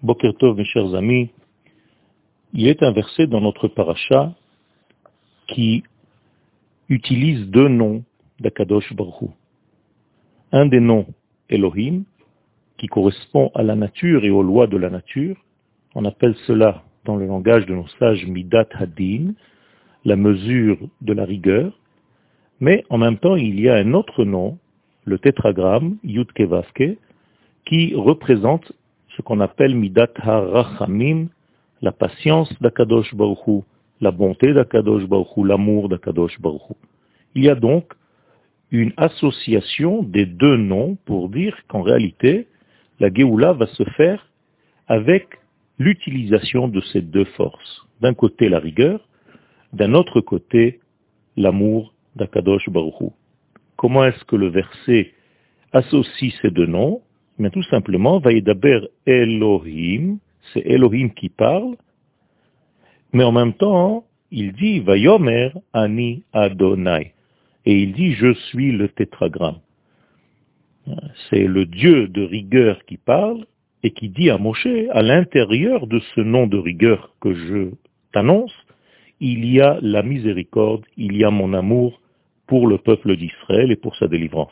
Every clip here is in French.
Boker Tov, mes chers amis, il est un verset dans notre paracha qui utilise deux noms d'Akadosh Baruch Hu. Un des noms, Elohim, qui correspond à la nature et aux lois de la nature. On appelle cela, dans le langage de nos sages, Midat Hadin, la mesure de la rigueur. Mais en même temps, il y a un autre nom, le tétragramme, Yud Kevavke, qui représente ce qu'on appelle Midat HaRachamim, la patience d'Akadosh Baruch Hu, la bonté d'Akadosh Baruch Hu, l'amour d'Akadosh Baruch Hu. Il y a donc une association des deux noms pour dire qu'en réalité, la Géoula va se faire avec l'utilisation de ces deux forces. D'un côté la rigueur, d'un autre côté l'amour d'Akadosh Baruch Hu. Comment est-ce que le verset associe ces deux noms? Mais tout simplement, Vaïdaber Elohim, c'est Elohim qui parle, mais en même temps, il dit Vayomer Ani Adonai, et il dit je suis le tétragramme. C'est le Dieu de rigueur qui parle et qui dit à Moshe, à l'intérieur de ce nom de rigueur que je t'annonce, il y a la miséricorde, il y a mon amour pour le peuple d'Israël et pour sa délivrance.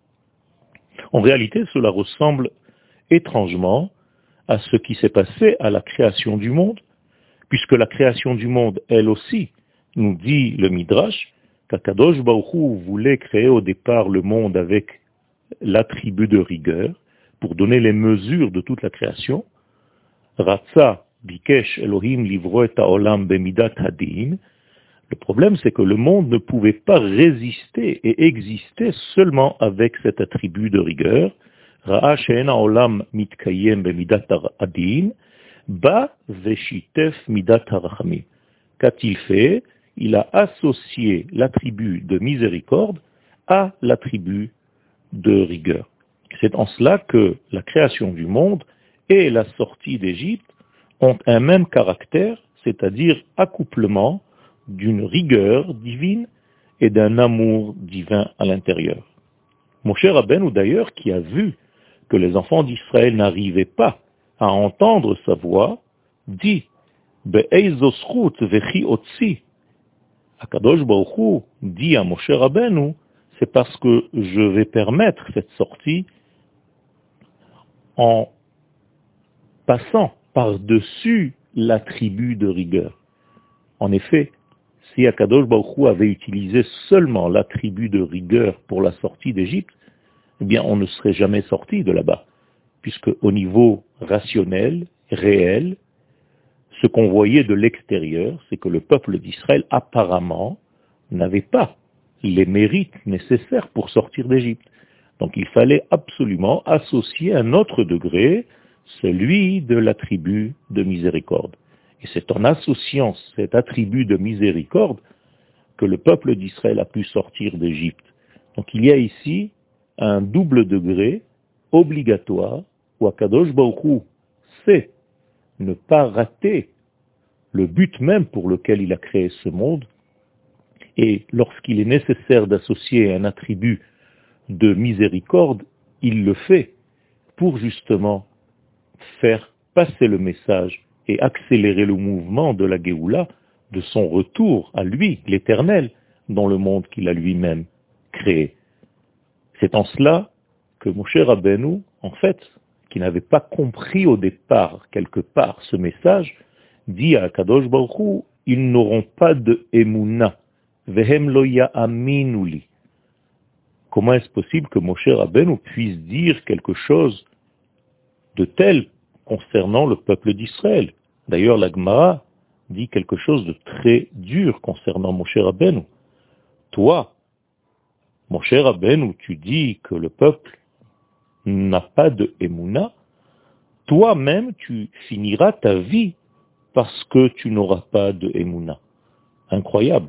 En réalité, cela ressemble étrangement à ce qui s'est passé à la création du monde, puisque la création du monde, elle aussi, nous dit le Midrash, qu'Akadosh Baruch Hu voulait créer au départ le monde avec l'attribut de rigueur, pour donner les mesures de toute la création. Ratza bikesh Elohim livro et haolam bemidat hadin. Le problème, c'est que le monde ne pouvait pas résister et exister seulement avec cet attribut de rigueur. Ra'a she'en haolam mitkayem bemidat hadin, ba veshitef midat harachamim. Qu'a-t-il fait? Il a associé l'attribut de miséricorde à l'attribut de rigueur. C'est en cela que la création du monde et la sortie d'Égypte ont un même caractère, c'est-à-dire accouplement d'une rigueur divine et d'un amour divin à l'intérieur. Moshe Rabbeinu d'ailleurs, qui a vu que les enfants d'Israël n'arrivaient pas à entendre sa voix, dit Be'eizo zchut vechi otzi. Akadosh Baruch Hu dit à Moshe Rabbeinu, c'est parce que je vais permettre cette sortie en passant par-dessus l'attribut de rigueur. En effet, si Akadosh Baruch Hu avait utilisé seulement l'attribut de rigueur pour la sortie d'Égypte, eh bien on ne serait jamais sorti de là-bas, puisque au niveau rationnel, réel, ce qu'on voyait de l'extérieur, c'est que le peuple d'Israël apparemment n'avait pas les mérites nécessaires pour sortir d'Égypte. Donc il fallait absolument associer un autre degré, celui de l'attribut de miséricorde. Et c'est en associant cet attribut de miséricorde que le peuple d'Israël a pu sortir d'Égypte. Donc il y a ici un double degré obligatoire où Akadosh Baruch Hu sait ne pas rater le but même pour lequel il a créé ce monde. Et lorsqu'il est nécessaire d'associer un attribut de miséricorde, il le fait pour justement faire passer le message et accélérer le mouvement de la Géoula, de son retour à lui, l'Éternel, dans le monde qu'il a lui-même créé. C'est en cela que Moshe Rabbeinu, en fait, qui n'avait pas compris au départ, quelque part, ce message, dit à Akadosh Baruch Hu, ils n'auront pas de Emouna. Vehem lo ya'aminu li. Comment est-ce possible que Moshe Rabbeinu puisse dire quelque chose de tel concernant le peuple d'Israël? D'ailleurs, la Gemara dit quelque chose de très dur concernant Moshe Rabbeinu. Toi, Moshe Rabbeinu, tu dis que le peuple n'a pas de Emouna, toi-même tu finiras ta vie parce que tu n'auras pas de Emouna. Incroyable.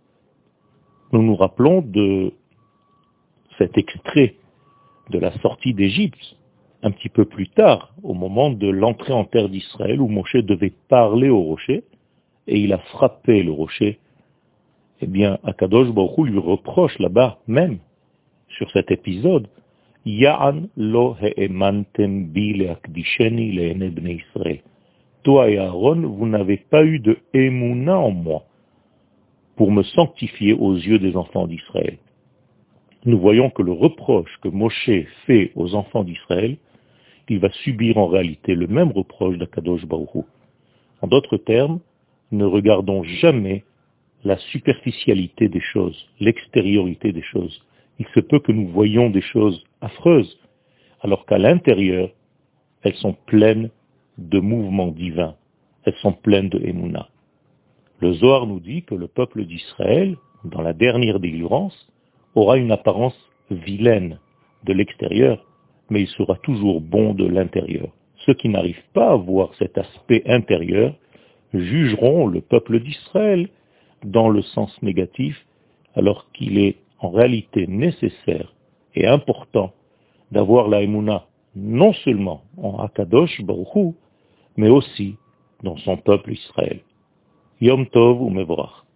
Nous nous rappelons de cet extrait de la sortie d'Égypte, un petit peu plus tard, au moment de l'entrée en terre d'Israël, où Moshe devait parler au rocher, et il a frappé le rocher. Eh bien, Akadosh Baruch Hu lui reproche là-bas, même, sur cet épisode, Ya'an lo he'emantem bi le'akdisheni le'ene bnei Israël. Toi et Aaron, vous n'avez pas eu de émouna en moi pour me sanctifier aux yeux des enfants d'Israël. Nous voyons que le reproche que Moshe fait aux enfants d'Israël, il va subir en réalité le même reproche d'Akadosh Baruch Hu. En d'autres termes, ne regardons jamais la superficialité des choses, l'extériorité des choses. Il se peut que nous voyions des choses affreuses, alors qu'à l'intérieur, elles sont pleines de mouvements divins, elles sont pleines de Emouna. Le Zohar nous dit que le peuple d'Israël, dans la dernière délivrance, aura une apparence vilaine de l'extérieur, mais il sera toujours bon de l'intérieur. Ceux qui n'arrivent pas à voir cet aspect intérieur jugeront le peuple d'Israël dans le sens négatif, alors qu'il est en réalité nécessaire et important d'avoir la Emouna non seulement en Akadosh Baruch Hu, mais aussi dans son peuple Israël. Yom Tov ou Mevorach.